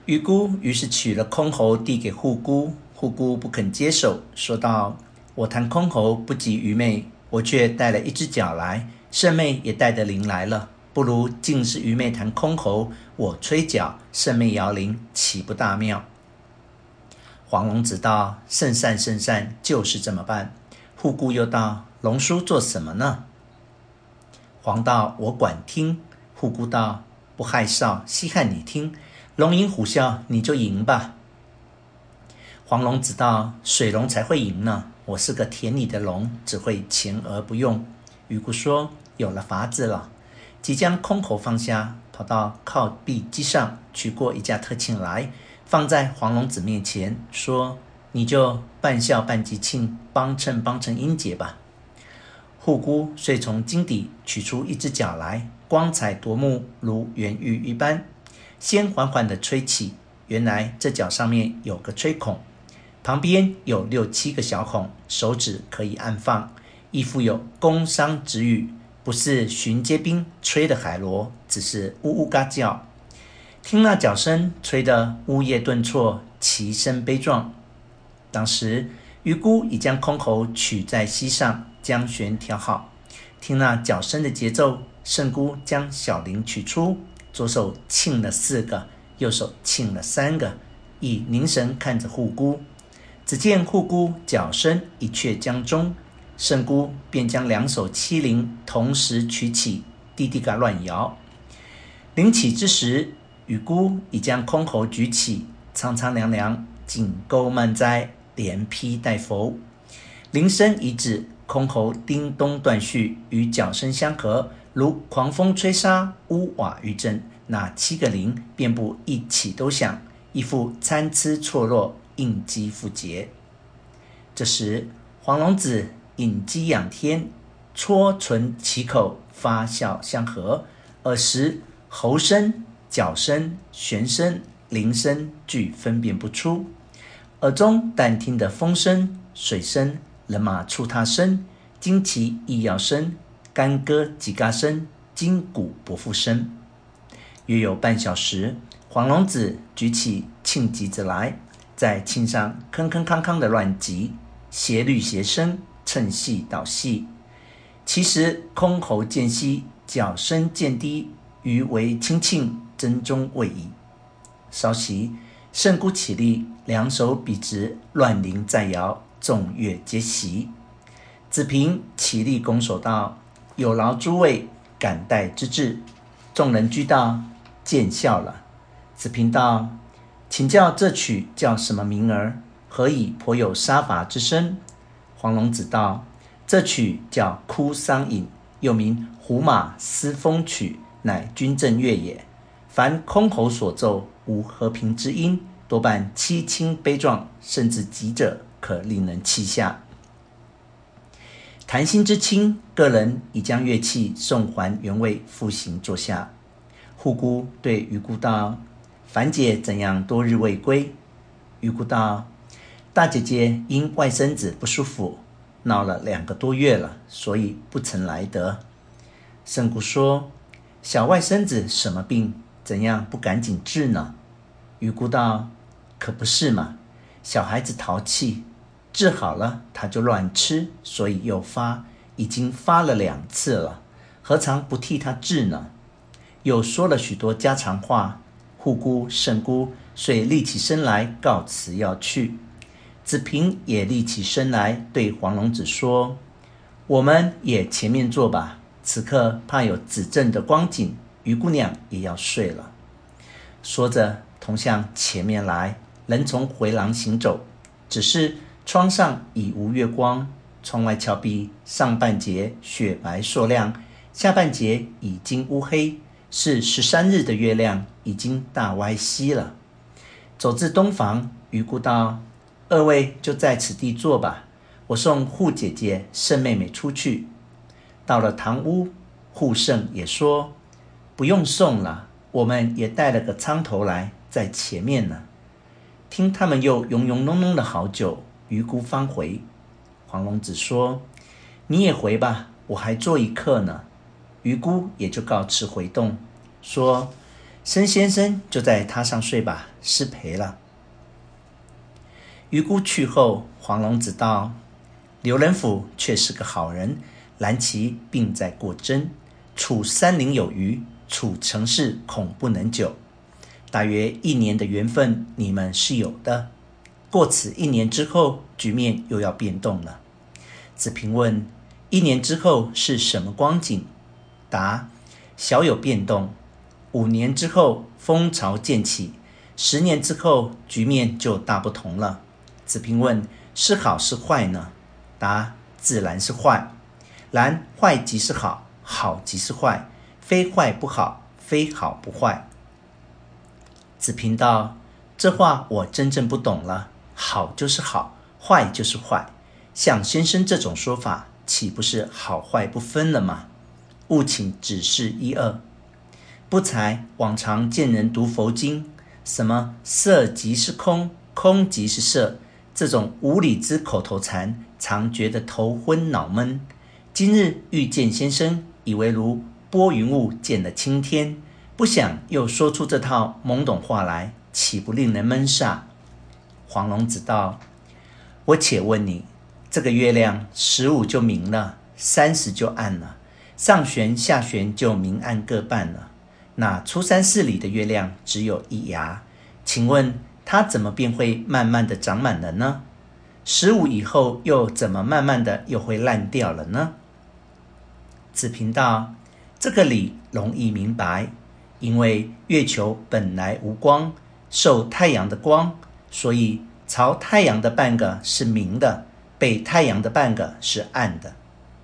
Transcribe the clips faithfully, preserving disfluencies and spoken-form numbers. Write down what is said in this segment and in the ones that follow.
余姑于是取了箜篌递给护姑，护姑不肯接手，说道：我弹箜篌不及愚妹，我却带了一只脚来，圣妹也带着铃来了，不如竟是愚妹弹箜篌，我吹角，圣妹摇铃，岂不大妙？黄龙子道：甚善甚善，就是这么办。护姑又道：龙叔做什么呢？黄道：我管听。护姑道：不害臊，稀罕你听，龙吟虎啸，你就赢吧。黄龙子道：水龙才会赢呢，我是个田里的龙，只会潜而不用。余姑说：有了法子了，即将箜篌放下，跑到靠壁机上取过一架特磬来，放在黄龙子面前，说：你就半笑半即兴，帮衬帮衬音节吧。护姑遂从襟底取出一只角来，光彩夺目，如圆玉一般，先缓缓地吹起，原来这角上面有个吹孔，旁边有六七个小孔，手指可以按放，亦复有宫商直语，不是巡街兵吹的海螺，只是呜呜嘎叫。听那角声吹得呜咽顿挫，其声悲壮。当时余姑已将箜篌取在膝上，将弦调好，听那角声的节奏，圣姑将小铃取出，左手磬了四个，右手磬了三个，以凝神看着护姑。只见护姑角声一阙将终，圣姑便将两手七铃同时取起，滴滴嘎乱摇。铃起之时，余姑已将箜篌举起，苍苍凉凉，紧钩慢栽，连劈带拂。铃声一止，箜篌叮咚断续，与角声相合，如狂风吹沙，屋瓦余震，那七个铃便不一起都响，一副参差错落，应机复节。这时黄龙子引鸡仰天，戳唇其口，发笑相和，尔时喉声、角声、弦声、铃声俱分辨不出，耳中但听得风声、水声、人马触踏声、旌旗易摇声、干戈击嘎声、筋骨搏复声。约有半小时，黄龙子举起磬击子来，在磬上铿铿锵锵的乱击，斜律斜声，趁细倒细。其实箜篌渐稀，角声渐低，余为清磬，真中未已。稍息，圣姑起立，两手笔直，乱铃再摇，众乐皆息。子平起立拱手道：有劳诸位感戴之至。众人俱道：见笑了。子平道：请教这曲叫什么名儿？何以颇有杀伐之声？黄龙子道：这曲叫哭丧引，又名胡马思风曲，乃军阵乐也。凡箜篌所奏，无和平之音，多半凄清悲壮，甚至急者可令人泣下。谈心之轻，个人已将乐器送还原位，复行坐下。护姑对余姑道：樊姐怎样多日未归？余姑道：大姐姐因外甥子不舒服，闹了两个多月了，所以不曾来得。圣姑说：小外甥子什么病？怎样不赶紧治呢？余姑道：可不是嘛，小孩子淘气，治好了他就乱吃，所以又发，已经发了两次了，何尝不替他治呢？又说了许多家常话，护姑、圣姑遂立起身来告辞要去。子平也立起身来对黄龙子说：我们也前面坐吧，此刻怕有子正的光景，余姑娘也要睡了。说着同向前面来，人从回廊行走，只是窗上已无月光，窗外峭壁上半截雪白硕亮，下半截已经乌黑，是十三日的月亮已经大歪西了。走至东房，余姑道：二位就在此地坐吧，我送护姐姐、圣妹妹出去。到了堂屋，护圣也说：不用送了，我们也带了个苍头来，在前面呢。听他们又庸庸弄弄了好久，余姑方回。黄龙子说：你也回吧，我还做一刻呢。余姑也就告辞回洞，说： 申先生就在榻上睡吧，失陪了。余姑去后，黄龙子道：刘仁甫却是个好人，蓝旗并在过真，处三陵有余，处成事恐不能久。大约一年的缘分你们是有的，过此一年之后，局面又要变动了。子平问：一年之后是什么光景？答：小有变动。五年之后风潮渐起，十年之后局面就大不同了。子平问：是好是坏呢？答：自然是坏。然坏即是好，好即是坏，非坏不好，非好不坏。子平道：这话我真正不懂了，好就是好，坏就是坏，像先生这种说法，岂不是好坏不分了吗？务请指示一二。不才往常见人读佛经，什么色即是空，空即是色，这种无理之口头禅，常觉得头昏脑闷。今日遇见先生，以为如拨云雾见了青天，不想又说出这套懵懂话来，岂不令人闷煞？黄龙子道：我且问你，这个月亮十五就明了，三十就暗了，上旋下旋就明暗各半了。那初三四里的月亮只有一牙，请问它怎么便会慢慢的长满了呢？十五以后又怎么慢慢的又会烂掉了呢？子平道：这个理容易明白，因为月球本来无光，受太阳的光，所以朝太阳的半个是明的，被太阳的半个是暗的。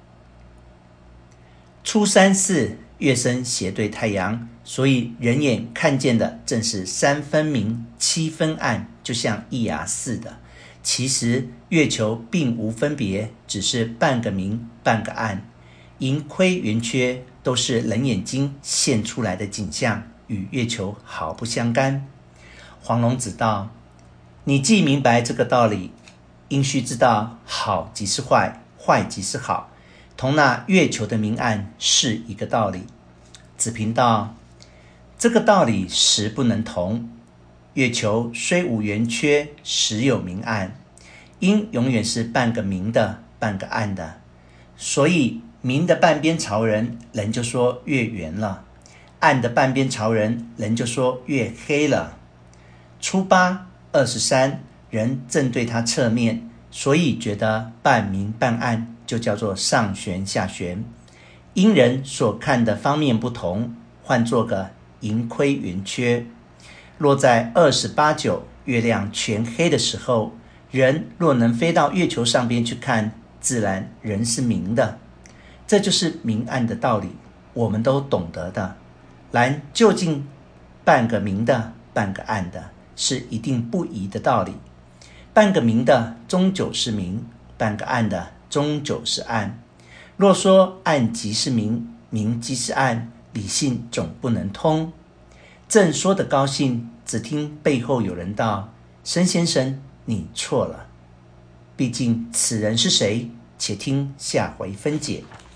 初三四月升斜对太阳，所以人眼看见的正是三分明七分暗，就像一牙似的。其实月球并无分别，只是半个明半个暗，盈亏圆缺都是人眼睛现出来的景象，与月球毫不相干。黄龙子道：你既明白这个道理，应须知道好即是坏，坏即是好，同那月球的明暗是一个道理。子平道：这个道理实不能同。月球虽无圆缺，实有明暗，因永远是半个明的，半个暗的，所以明的半边朝人，人就说月圆了；暗的半边朝人，人就说月黑了。初八二十三，人正对它侧面，所以觉得半明半暗，就叫做上旋下旋。因人所看的方面不同，换做个盈亏圆缺。若在二十八九月亮全黑的时候，人若能飞到月球上边去看，自然人是明的。这就是明暗的道理，我们都懂得的。然究竟半个明的半个暗的，是一定不移的道理。半个明的终究是明，半个暗的终究是暗。若说暗即是明，明即是暗，理性总不能通。正说得高兴，只听背后有人道：申先生，你错了。毕竟此人是谁？且听下回分解。